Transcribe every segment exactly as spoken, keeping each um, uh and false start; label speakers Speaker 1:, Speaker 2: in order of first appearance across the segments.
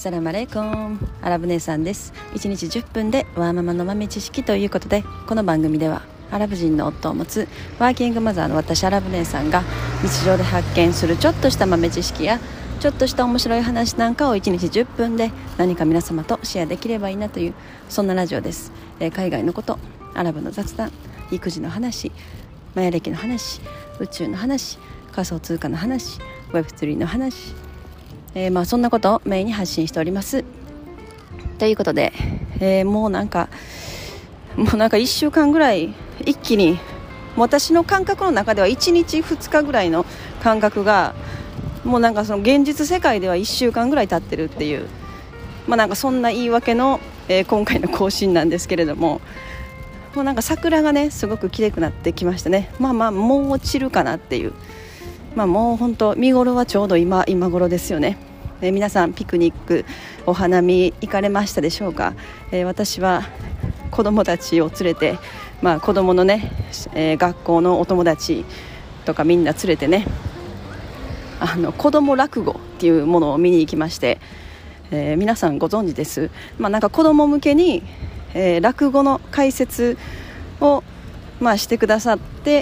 Speaker 1: サラムアレイコン、アラブ姉さんです。いちにちじゅっぷんでワーママの豆知識ということで、この番組ではアラブ人の夫を持つワーキングマザーの私アラブ姉さんが日常で発見するちょっとした豆知識やちょっとした面白い話なんかをいちにちじゅっぷんで何か皆様とシェアできればいいなという、そんなラジオです。えー、海外のこと、アラブの雑談、育児の話、マヤ歴の話、宇宙の話、仮想通貨の話、ウェブスリーの話、えー、まあそんなことをメインに発信しております。ということで、えー、もうなんかもうなんかいっしゅうかんぐらい一気に、私の感覚の中ではいちにちふつかぐらいの感覚がもうなんかその現実世界ではいっしゅうかんぐらい経ってるっていう、まあなんかそんな言い訳の、えー、今回の更新なんですけれども、もうなんか桜がねすごく綺麗くなってきましたね。まあまあもう落ちるかなっていう、まあもう本当見頃はちょうど今今頃ですよね。えー、皆さんピクニックお花見行かれましたでしょうか。えー、私は子供たちを連れて、まあ子供のね、えー、学校のお友達とかみんな連れてね、あの子供落語っていうものを見に行きまして、えー、皆さんご存知です。まあなんか子供向けに、えー、落語の解説をまあしてくださって、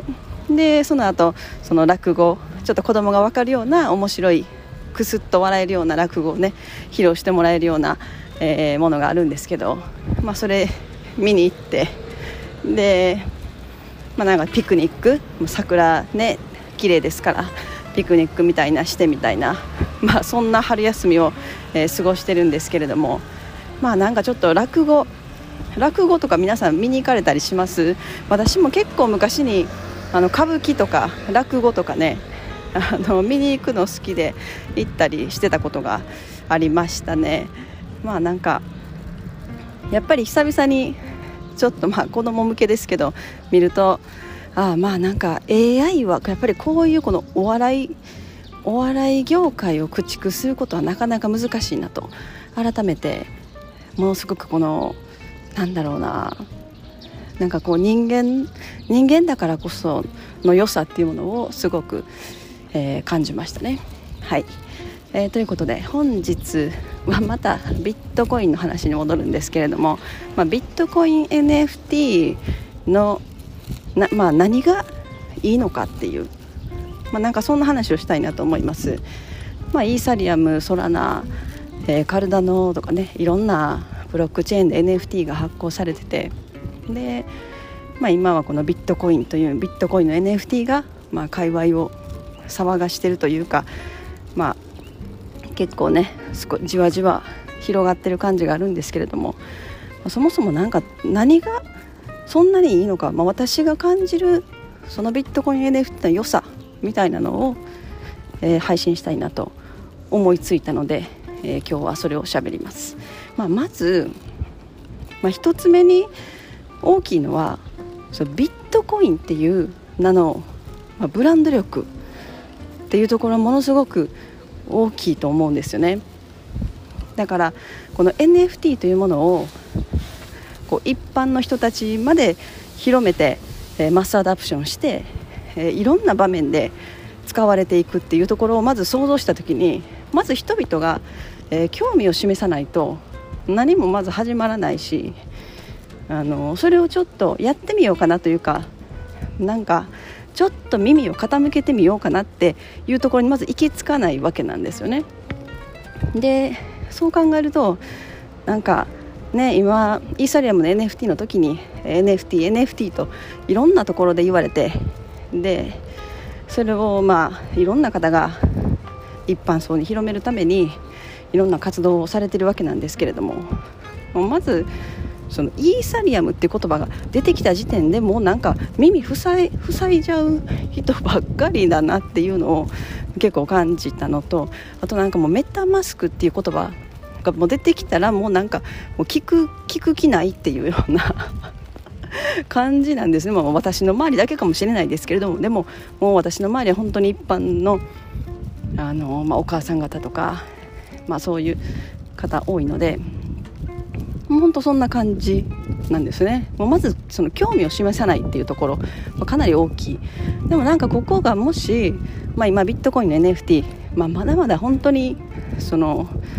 Speaker 1: でその後その落語ちょっと子供が分かるような面白いクスッと笑えるような落語をね披露してもらえるような、えー、ものがあるんですけど、まあそれ見に行って、で、まあ、なんかピクニック、桜ね綺麗ですからピクニックみたいなしてみたいな、まあそんな春休みを、えー、過ごしてるんですけれども、まあなんかちょっと落語落語とか皆さん見に行かれたりします？私も結構昔にあの歌舞伎とか落語とかね、あの見に行くの好きで行ったりしてたことがありましたね。まあなんかやっぱり久々にちょっとまあ子供向けですけど見ると、ああまあなんか エーアイ はやっぱりこういうこのお笑いお笑い業界を駆逐することはなかなか難しいなと改めて、ものすごくこのなんだろうな、なんかこう人間人間だからこその良さっていうものをすごく、えー、感じましたね。はい、えー、ということで本日はまたビットコインの話に戻るんですけれども、まあ、ビットコイン エヌエフティー のな、まあ、何がいいのかっていう、まあ、なんかそんな話をしたいなと思います。まあ、イーサリアム、ソラナ、えー、カルダノとかね、いろんなブロックチェーンで エヌエフティー が発行されてて、で、まあ、今はこのビットコインというビットコインの エヌエフティー が、まあ、界隈を騒がしてるというか、まあ、結構ねじわじわ広がってる感じがあるんですけれども、そもそもなんか何がそんなにいいのか、まあ、私が感じるそのビットコイン エヌエフティー の良さみたいなのを、えー、配信したいなと思いついたので、えー、今日はそれを喋ります。まあ、まず、まあ、一つ目に大きいのはそのビットコインっていう名の、まあ、ブランド力っていうところはものすごく大きいと思うんですよね。だからこの エヌエフティー というものをこう一般の人たちまで広めて、えー、マスアダプションして、えー、いろんな場面で使われていくっていうところをまず想像したときに、まず人々が、えー、興味を示さないと何もまず始まらないし、あのそれをちょっとやってみようかなというか、なんかちょっと耳を傾けてみようかなっていうところにまず行き着かないわけなんですよね。でそう考えるとなんかね、今イーサリアムの エヌエフティー の時に エヌエフティー、エヌエフティー といろんなところで言われて、でそれをまあいろんな方が一般層に広めるためにいろんな活動をされているわけなんですけれども、まずそのイーサリアムっていう言葉が出てきた時点でもうなんか耳塞い、塞いじゃう人ばっかりだなっていうのを結構感じたのと、あとなんかもうメタマスクっていう言葉がもう出てきたらもうなんかもう聞く聞く気ないっていうような感じなんですね。まあ、私の周りだけかもしれないですけれども、でももう私の周りは本当に一般の、あの、まあ、お母さん方とか、まあ、そういう方多いので、もう本当そんな感じなんですね。もうまずその興味を示さないっていうところ、まあ、かなり大きい。でもなんかここがもし、まあ、今ビットコインの エヌエフティー、まあ、まだまだ本当にその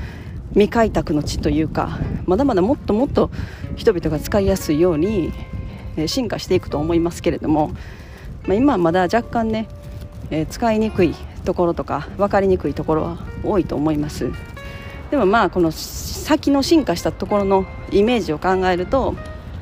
Speaker 1: 未開拓の地というか、まだまだもっともっと人々が使いやすいように進化していくと思いますけれども、まあ、今はまだ若干ね、えー、使いにくいところとか分かりにくいところは多いと思います。でもまあこの先の進化したところのイメージを考えると、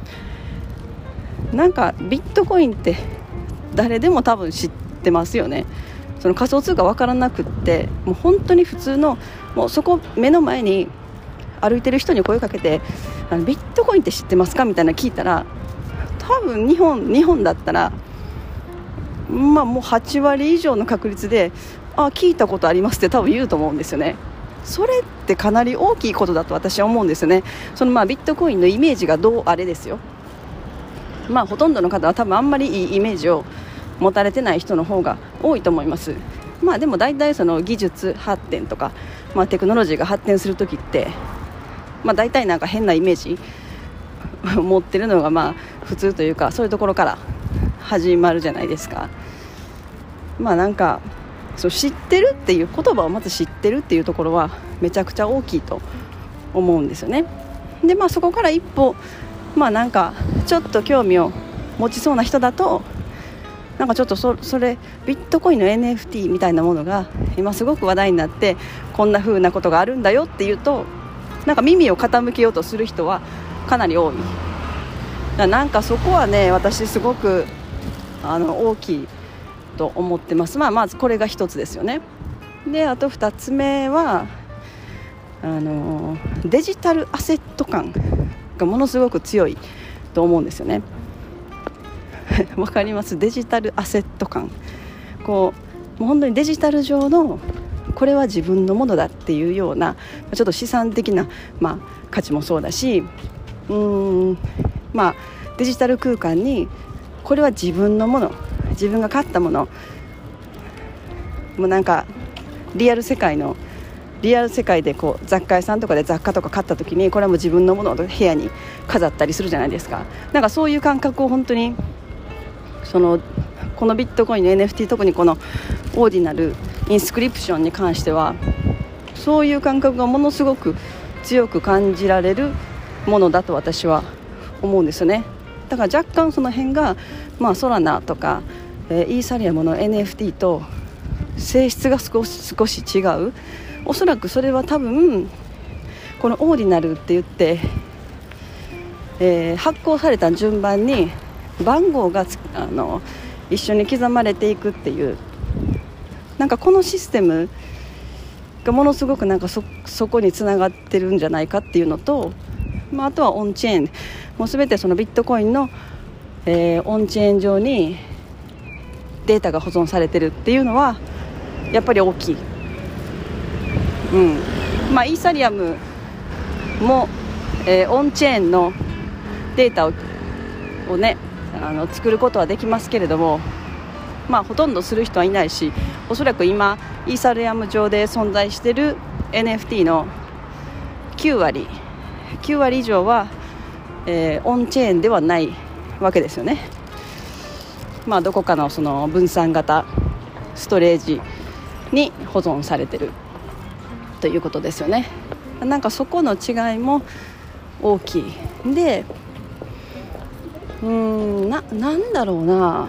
Speaker 1: なんかビットコインって誰でも多分知ってますよね。その仮想通貨分からなくって、もう本当に普通の、もうそこ目の前に歩いてる人に声かけて、あのビットコインって知ってますかみたいな聞いたら、多分日本日本だったら、まあ、もうはちわり以上の確率で、あ、聞いたことありますって多分言うと思うんですよね。それってかなり大きいことだと私は思うんですよね。そのまあビットコインのイメージがどうあれですよ、まあ、ほとんどの方は多分あんまりいいイメージを持たれてない人の方が多いと思います。まあでも大体その技術発展とか、まあ、テクノロジーが発展するときって、まあ、大体なんか変なイメージ持ってるのがまあ普通というか、そういうところから始まるじゃないですか。まあなんかそう知ってるっていう言葉をまず知ってるっていうところはめちゃくちゃ大きいと思うんですよね。でまあそこから一歩、まあなんかちょっと興味を持ちそうな人だと、なんかちょっと そ, それビットコインの エヌエフティー みたいなものが今すごく話題になって、こんな風なことがあるんだよっていうと、なんか耳を傾けようとする人はかなり多い。だなんかそこはね、私すごくあの大きいと思ってます。まあ、まずこれが一つですよね。であと二つ目はあのデジタルアセット感がものすごく強いと思うんですよね。わかります？デジタルアセット感、こうもう本当にデジタル上のこれは自分のものだっていうような、ちょっと資産的な、まあ、価値もそうだし、うーん、まあ、デジタル空間にこれは自分のもの、自分が買ったもの、もうなんかリアル世界のリアル世界でこう雑貨屋さんとかで雑貨とか買った時に、これはもう自分のものを部屋に飾ったりするじゃないですか。なんかそういう感覚を本当にそのこのビットコインの エヌエフティー、特にこのオーディナルインスクリプションに関しては、そういう感覚がものすごく強く感じられるものだと私は思うんですよね。だから若干その辺が、まあ、ソラナとか、えー、イーサリアムの エヌエフティー と性質が少し、少し違う。おそらくそれは多分このオーディナルって言って、えー、発行された順番に番号があの一緒に刻まれていくっていう、なんかこのシステムがものすごくなんか そ, そこにつながってるんじゃないかっていうのと、まあ、あとはオンチェーン、もうすべてそのビットコインの、えー、オンチェーン上にデータが保存されてるっていうのはやっぱり大きい。うんまあ、イーサリアムも、えー、オンチェーンのデータを、をねあの作ることはできますけれども、まあ、ほとんどする人はいないし、おそらく今イーサリアム上で存在している エヌエフティー のきゅうわりきゅうわり以上は、えー、オンチェーンではないわけですよね。まあ、どこかのその分散型ストレージに保存されているということですよね。なんかそこの違いも大きい。でうーん な, なんだろうな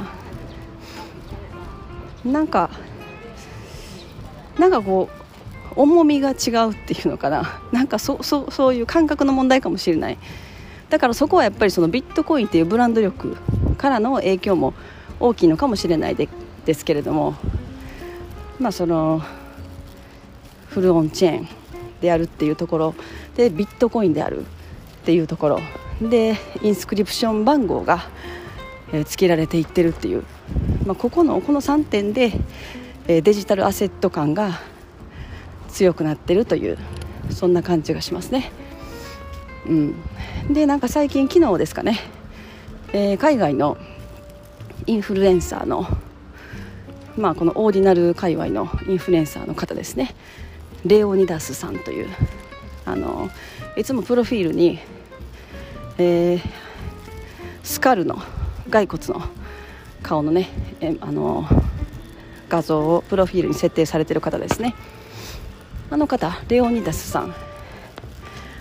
Speaker 1: なんかなんかこう重みが違うっていうのかな、なんか そ, そ, そういう感覚の問題かもしれない。だからそこはやっぱりそのビットコインっていうブランド力からの影響も大きいのかもしれない で, ですけれども、まあそのフルオンチェーンであるっていうところで、ビットコインであるっていうところで、インスクリプション番号が、えー、付けられていってるっていう、まあ、ここのこのさんてんで、えー、デジタルアセット感が強くなってるという、そんな感じがしますね。うん、でなんか最近昨日ですかね、えー、海外のインフルエンサーの、まあ、このオーディナル界隈のインフルエンサーの方ですね、レオニダスさんという、あのいつもプロフィールに、えー、スカルの骸骨の顔のね、えあの画像をプロフィールに設定されている方ですね。あの方レオニダスさん、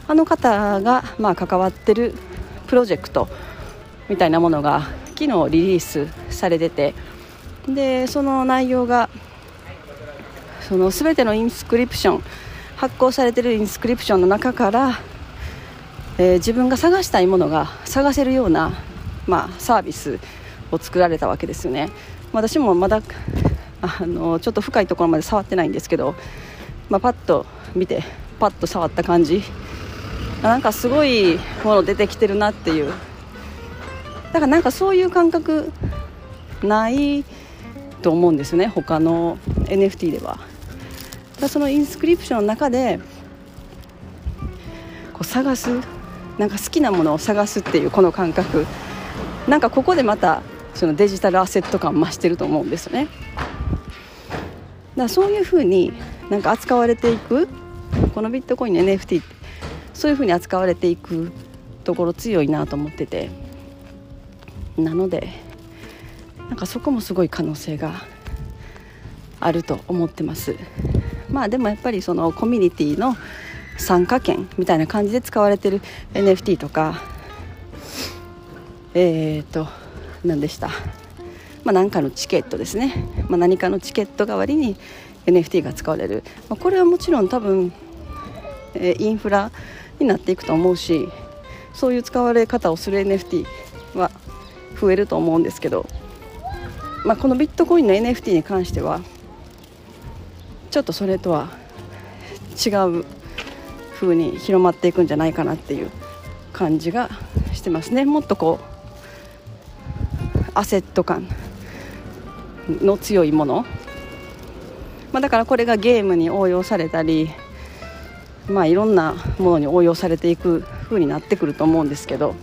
Speaker 1: あの方がまあ関わってるプロジェクトみたいなものが昨日リリースされてて、でその内容がその全てのインスクリプション、発行されているインスクリプションの中から、えー、自分が探したいものが探せるような、まあ、サービスを作られたわけですよね。私もまだあのちょっと深いところまで触ってないんですけど、まあ、パッと見てパッと触った感じ、なんかすごいもの出てきてるなっていう。だからなんかそういう感覚ないと思うんですよね、他の エヌエフティー では。だからそのインスクリプションの中でこう探す、なんか好きなものを探すっていうこの感覚、なんかここでまたそのデジタルアセット感増してると思うんですよね。だからそういうふうになんか扱われていく、このビットコインの エヌエフティー ってそういうふうに扱われていくところ強いなと思ってて、なのでなんかそこもすごい可能性があると思ってます。まあでもやっぱりそのコミュニティの参加権みたいな感じで使われてる エヌエフティー とか、えーと何でした、まあ、何かのチケットですね、まあ、何かのチケット代わりに エヌエフティー が使われる、まあ、これはもちろん多分、えー、インフラになっていくと思うし、そういう使われ方をする エヌエフティー は増えると思うんですけど、まあ、このビットコインの エヌエフティー に関してはちょっとそれとは違う風に広まっていくんじゃないかなっていう感じがしてますね。もっとこうアセット感の強いもの、まあ、だからこれがゲームに応用されたり、まあ、いろんなものに応用されていく風になってくると思うんですけど、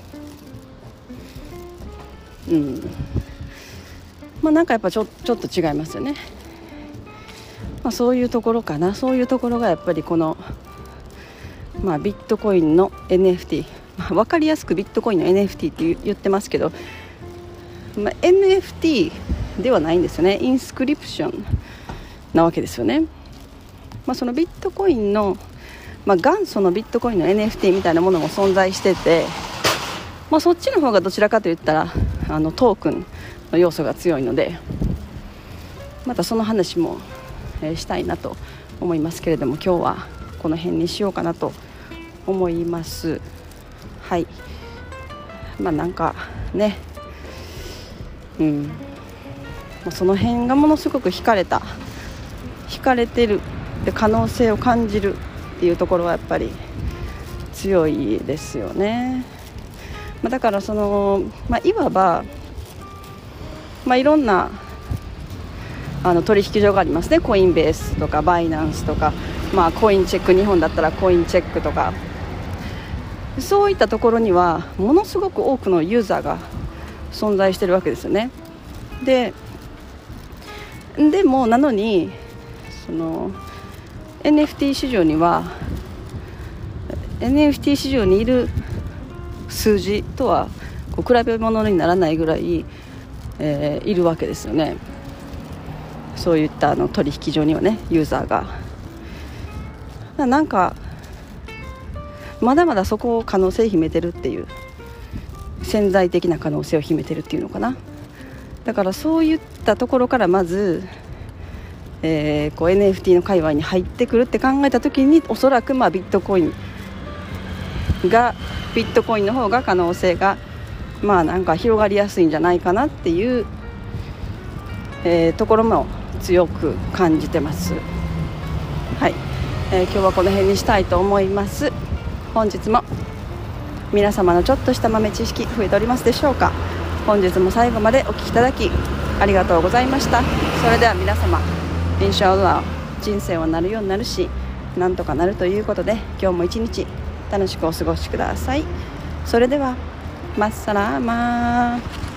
Speaker 1: うんまあ、なんかやっぱちょ、ちょっと違いますよね。まあ、そういうところかな。そういうところがやっぱりこの、まあ、ビットコインの エヌエフティー、まあ、分かりやすくビットコインの エヌエフティー って言ってますけど、まあ、エヌエフティー ではないんですよね。インスクリプションなわけですよね。まあ、そのビットコインの、まあ、元祖のビットコインの エヌエフティー みたいなものも存在してて、まあ、そっちの方がどちらかといったらあのトークンの要素が強いので、またその話も、えー、したいなと思いますけれども、今日はこの辺にしようかなと思います。はい、まあなんかね、うんその辺がものすごく惹かれた惹かれてるで可能性を感じるっていうところはやっぱり強いですよね。まあ、だからその、まあ、いわば、まあ、いろんなあの取引所がありますね。コインベースとかバイナンスとか、まあ、コインチェック、日本だったらコインチェックとか、そういったところにはものすごく多くのユーザーが存在しているわけですよね。で、でもなのにその エヌエフティー 市場には エヌエフティー 市場にいる数字とはこう比べ物にならないぐらい、えー、いるわけですよね。そういったあの取引所にはね、ユーザーがなんかまだまだそこを可能性秘めてるっていう、潜在的な可能性を秘めてるっていうのかな。だからそういったところからまず、えー、こう エヌエフティー の界隈に入ってくるって考えた時に、おそらくまあビットコインがビットコインの方が可能性がまあなんか広がりやすいんじゃないかなっていう、えー、ところも強く感じてます。はい、えー、今日はこの辺にしたいと思います。本日も皆様のちょっとした豆知識増えておりますでしょうか。本日も最後までお聞きいただきありがとうございました。それでは皆様、インシャアラー、人生はなるようになるし、なんとかなるということで、今日も一日楽しくお過ごしください。それではマッサラーマー。